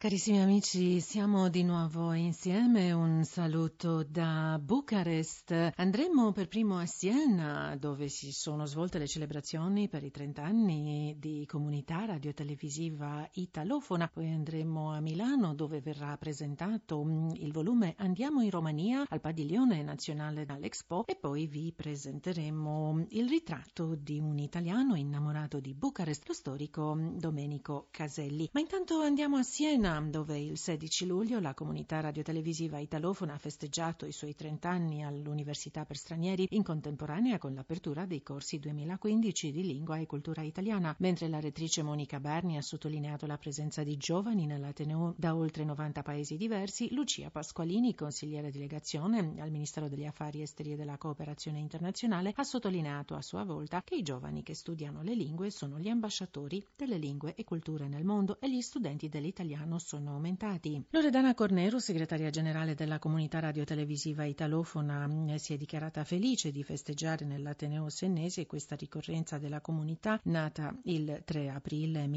Carissimi amici, siamo di nuovo insieme. Un saluto da Bucarest. Andremo per primo a Siena, dove si sono svolte le celebrazioni per i 30 anni di comunità radiotelevisiva italofona. Poi andremo a Milano, dove verrà presentato il volume Andiamo in Romania al Padiglione Nazionale all'Expo, e poi vi presenteremo il ritratto di un italiano innamorato di Bucarest, lo storico Domenico Caselli. Ma intanto andiamo a Siena, dove il 16 luglio la comunità radiotelevisiva italofona ha festeggiato i suoi 30 anni all'Università per Stranieri, in contemporanea con l'apertura dei corsi 2015 di lingua e cultura italiana, mentre la rettrice Monica Barni ha sottolineato la presenza di giovani nell'Ateneo da oltre 90 paesi diversi. Lucia Pasqualini, consigliere delegazione al Ministero degli Affari Esteri e della Cooperazione Internazionale, ha sottolineato a sua volta che i giovani che studiano le lingue sono gli ambasciatori delle lingue e culture nel mondo e gli studenti dell'italiano sono aumentati. Loredana Cornero, segretaria generale della comunità radiotelevisiva italofona, si è dichiarata felice di festeggiare nell'Ateneo sennese questa ricorrenza della comunità nata il 3 aprile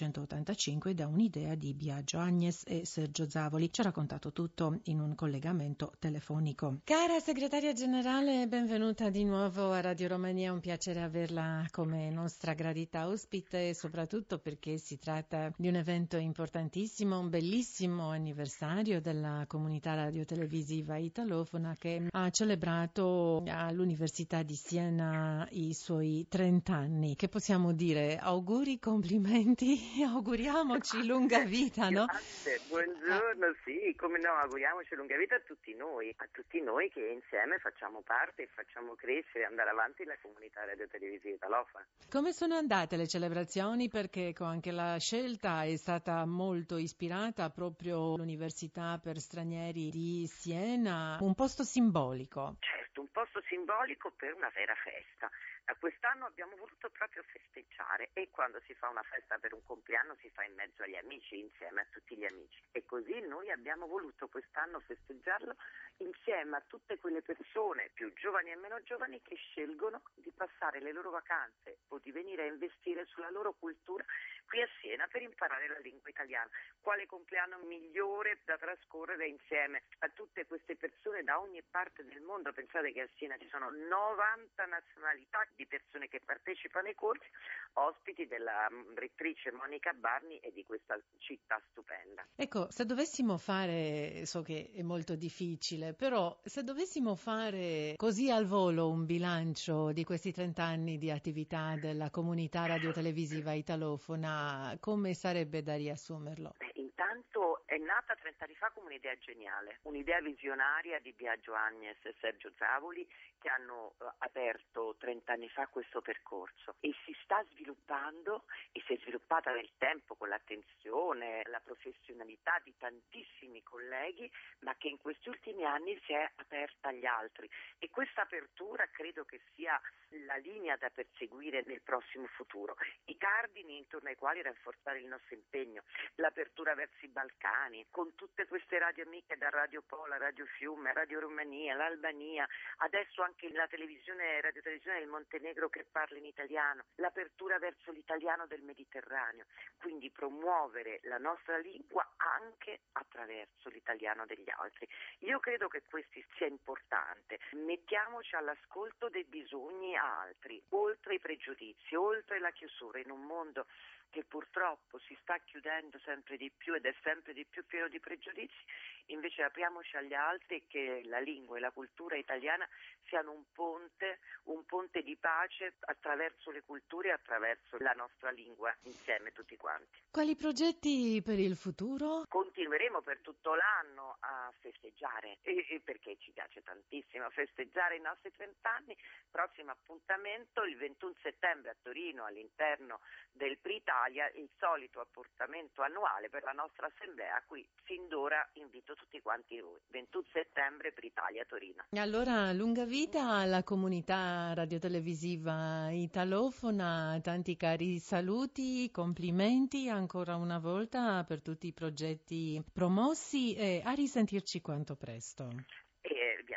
1985 da un'idea di Biagio Agnes e Sergio Zavoli. Ci ha raccontato tutto in un collegamento telefonico. Cara segretaria generale, benvenuta di nuovo a Radio Romania, è un piacere averla come nostra gradita ospite, soprattutto perché si tratta di un evento importantissimo, un bellissimo anniversario della comunità radiotelevisiva italofona che ha celebrato all'Università di Siena i suoi 30 anni. Che possiamo dire? Auguri, complimenti, auguriamoci lunga vita, no? Grazie, buongiorno, sì, come no, auguriamoci lunga vita a tutti noi che insieme facciamo parte e facciamo crescere e andare avanti la comunità radiotelevisiva italofona. Come sono andate le celebrazioni? Perché anche la scelta è stata molto ispirata proprio all'Università per Stranieri di Siena, un posto simbolico. Certo, un posto simbolico per una vera festa. Quest'anno abbiamo voluto proprio festeggiare, e quando si fa una festa per un compleanno si fa in mezzo agli amici, insieme a tutti gli amici, e così noi abbiamo voluto quest'anno festeggiarlo insieme a tutte quelle persone più giovani e meno giovani che scelgono di passare le loro vacanze o di venire a investire sulla loro cultura qui a Siena per imparare la lingua italiana. Quale compleanno migliore da trascorrere insieme a tutte queste persone da ogni parte del mondo? Pensate che a Siena ci sono 90 nazionalità di persone che partecipano ai corsi, ospiti della rettrice Monica Barni e di questa città stupenda. Ecco, se dovessimo fare, so che è molto difficile, però se dovessimo fare così al volo un bilancio di questi 30 anni di attività della comunità radiotelevisiva italofona, come sarebbe da riassumerlo? Intanto è nata 30 anni fa come un'idea geniale, un'idea visionaria di Biagio Agnes e Sergio Zavoli, che hanno aperto 30 anni fa questo percorso, e si sta sviluppando e si è sviluppata nel tempo con l'attenzione, la professionalità di tantissimi colleghi, ma che in questi ultimi anni si è aperta agli altri, e questa apertura credo che sia la linea da perseguire nel prossimo futuro. I cardini intorno ai quali rafforzare il nostro impegno, l'apertura verso i Balcani, con tutte queste radio amiche, da Radio Pola, Radio Fiume, Radio Romania, l'Albania, adesso anche la radiotelevisione del Montenegro che parla in italiano, l'apertura verso l'italiano del Mediterraneo, quindi promuovere la nostra lingua anche attraverso l'italiano degli altri. Io credo che questo sia importante. Mettiamoci all'ascolto dei bisogni altri, oltre i pregiudizi, oltre la chiusura, in un mondo che purtroppo si sta chiudendo sempre di più ed è sempre di più pieno di pregiudizi. Invece apriamoci agli altri, e che la lingua e la cultura italiana siano un ponte di pace attraverso le culture e attraverso la nostra lingua insieme tutti quanti. Quali progetti per il futuro? Continueremo per tutto l'anno a festeggiare, e perché ci piace tantissimo festeggiare i nostri 30 anni. Prossimo appuntamento il 21 settembre a Torino, all'interno del Pritalia, il solito appuntamento annuale per la nostra assemblea, a cui sin d'ora invito tutti quanti voi. 21 settembre Pritalia, Torino. Allora, lunga vita alla comunità radiotelevisiva italofona, tanti cari saluti, complimenti ancora una volta per tutti i progetti promossi, e a risentirci quanto presto. E vi aspettiamo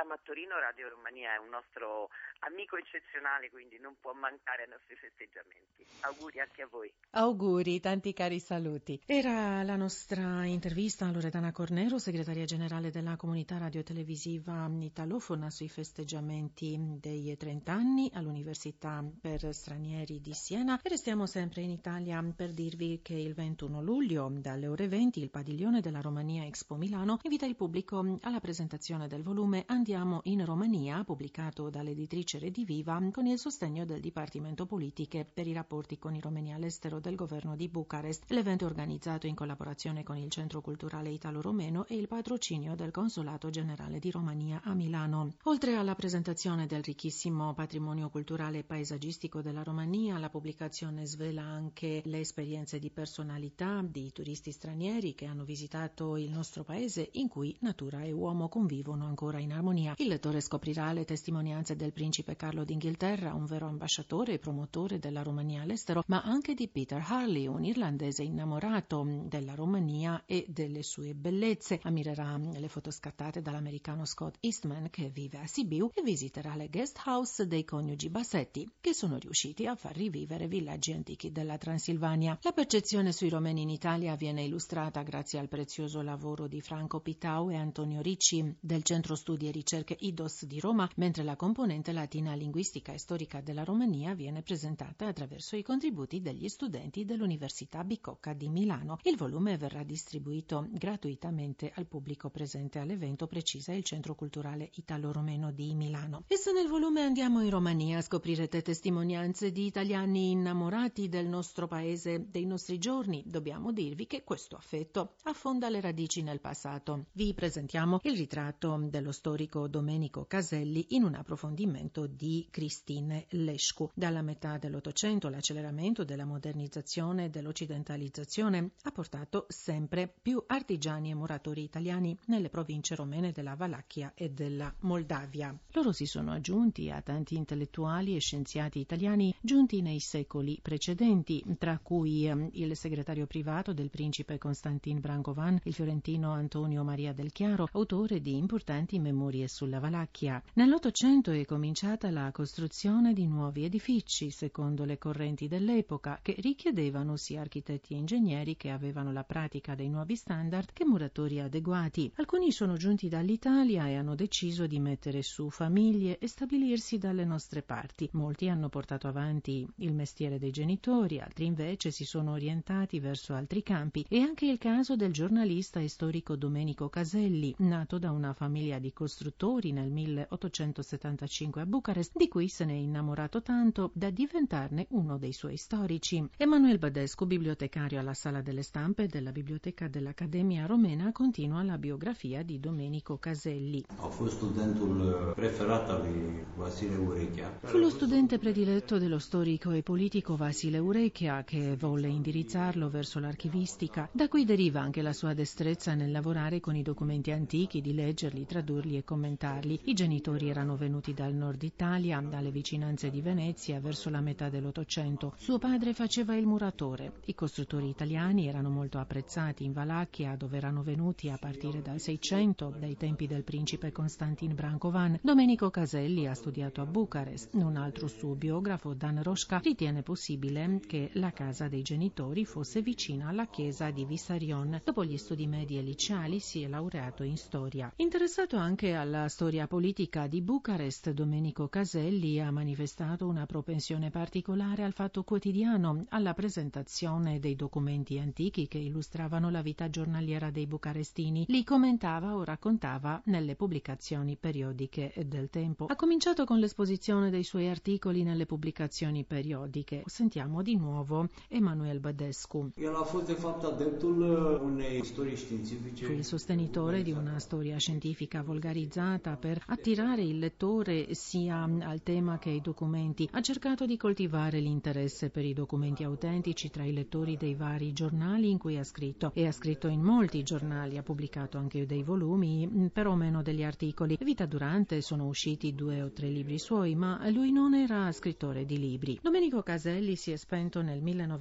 siamo a Torino, Radio Romania è un nostro amico eccezionale, quindi non può mancare ai nostri festeggiamenti. Auguri anche a voi. Auguri, tanti cari saluti. Era la nostra intervista a Loredana Cornero, segretaria generale della comunità radiotelevisiva italofona, sui festeggiamenti dei 30 anni all'Università per Stranieri di Siena. E restiamo sempre in Italia per dirvi che il 21 luglio, dalle ore 20, il padiglione della Romania Expo Milano invita il pubblico alla presentazione del volume Andiamo in Romania, pubblicato dall'editrice Rediviva con il sostegno del Dipartimento Politiche per i rapporti con i romeni all'estero del governo di Bucarest. L'evento è organizzato in collaborazione con il Centro Culturale Italo-Romeno e il patrocinio del Consolato Generale di Romania a Milano. Oltre alla presentazione del ricchissimo patrimonio culturale e paesaggistico della Romania, la pubblicazione svela anche le esperienze di personalità di turisti stranieri che hanno visitato il nostro paese, in cui natura e uomo convivono ancora in armonia. Il lettore scoprirà le testimonianze del principe Carlo d'Inghilterra, un vero ambasciatore e promotore della Romania all'estero, ma anche di Peter Harley, un irlandese innamorato della Romania e delle sue bellezze. Ammirerà le foto scattate dall'americano Scott Eastman, che vive a Sibiu, e visiterà le guest house dei coniugi Bassetti, che sono riusciti a far rivivere villaggi antichi della Transilvania. La percezione sui romeni in Italia viene illustrata grazie al prezioso lavoro di Franco Pitau e Antonio Ricci del Centro Studi e Ricerche IDOS di Roma, mentre la componente latina linguistica e storica della Romania viene presentata attraverso i contributi degli studenti dell'Università Bicocca di Milano. Il volume verrà distribuito gratuitamente al pubblico presente all'evento, precisa il Centro Culturale Italo-Romeno di Milano. E se nel volume Andiamo in Romania scoprirete testimonianze di italiani innamorati del nostro paese, dei nostri giorni, dobbiamo dirvi che questo affetto affonda le radici nel passato. Vi presentiamo il ritratto dello storico Domenico Caselli in un approfondimento di Cristine Lescu. Dalla metà dell'Ottocento l'acceleramento della modernizzazione e dell'occidentalizzazione ha portato sempre più artigiani e muratori italiani nelle province romene della Valacchia e della Moldavia. Loro si sono aggiunti a tanti intellettuali e scienziati italiani giunti nei secoli precedenti, tra cui il segretario privato del principe Constantin Brancovan, il fiorentino Antonio Maria del Chiaro, autore di importanti memorie sulla Valacchia. Nell'Ottocento è cominciata la costruzione di nuovi edifici, secondo le correnti dell'epoca, che richiedevano sia architetti e ingegneri che avevano la pratica dei nuovi standard che muratori adeguati. Alcuni sono giunti dall'Italia e hanno deciso di mettere su famiglie e stabilirsi dalle nostre parti. Molti hanno portato avanti il mestiere dei genitori, altri invece si sono orientati verso altri campi. È anche il caso del giornalista e storico Domenico Caselli, nato da una famiglia di costruttori nel 1875 a Bucarest, di cui se ne è innamorato tanto da diventarne uno dei suoi storici. Emanuele Badescu, bibliotecario alla Sala delle Stampe della Biblioteca dell'Accademia Romena, continua la biografia di Domenico Caselli. A fost studentul preferat al lui Vasile Urechia. Fu lo studente prediletto dello storico e politico Vasile Urechia, che volle indirizzarlo verso l'archivistica. Da qui deriva anche la sua destrezza nel lavorare con i documenti antichi, di leggerli, tradurli e commentarli. I genitori erano venuti dal nord Italia, dalle vicinanze di Venezia, verso la metà dell'Ottocento. Suo padre faceva il muratore. I costruttori italiani erano molto apprezzati in Valacchia, dove erano venuti a partire dal 600, dai tempi del principe Constantin Brancovan. Domenico Caselli ha studiato a Bucarest. Un altro suo biografo, Dan Roșca, ritiene possibile che la casa dei genitori fosse vicina alla chiesa di Vissarion. Dopo gli studi medi e liceali si è laureato in storia. Interessato anche alla storia politica di Bucarest, Domenico Caselli ha manifestato una propensione particolare al fatto quotidiano, alla presentazione dei documenti antichi che illustravano la vita giornaliera dei bucarestini. Li commentava o raccontava nelle pubblicazioni periodiche del tempo. Ha cominciato con l'esposizione dei suoi articoli nelle pubblicazioni periodiche. Sentiamo di nuovo Emanuele Badescu. El a fost de fapt adeptul unei storii științifice. Fu il sostenitore di una storia scientifica volgarizzata per attirare il lettore sia al tema che ai documenti. Ha cercato di coltivare l'interesse per i documenti autentici tra i lettori dei vari giornali in cui ha scritto, e ha scritto in molti giornali, ha pubblicato anche dei volumi, però meno degli articoli. Vita durante sono usciti 2 o 3 libri suoi, ma lui non era scrittore di libri. Domenico Caselli si è spento nel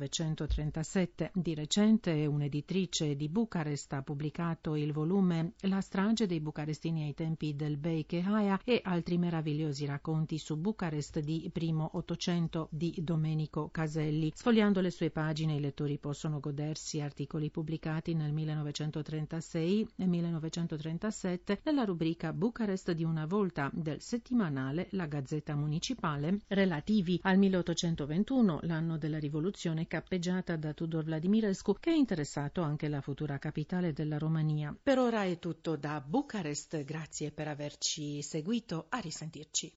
1937. Di recente un'editrice di Bucarest ha pubblicato il volume La strage dei bucarestini ai tempi del Bey Kehaya e altri meravigliosi racconti su Bucarest di primo Ottocento di Domenico Caselli. Sfogliando le sue pagine i lettori possono godersi articoli pubblicati nel 1936 e 1937 nella rubrica Bucarest di una volta del settimanale La Gazzetta Municipale, relativi al 1821, l'anno della rivoluzione cappeggiata da Tudor Vladimirescu, che è interessato anche la futura capitale della Romania. Per ora è tutto da Bucarest, grazie per averci seguito, a risentirci.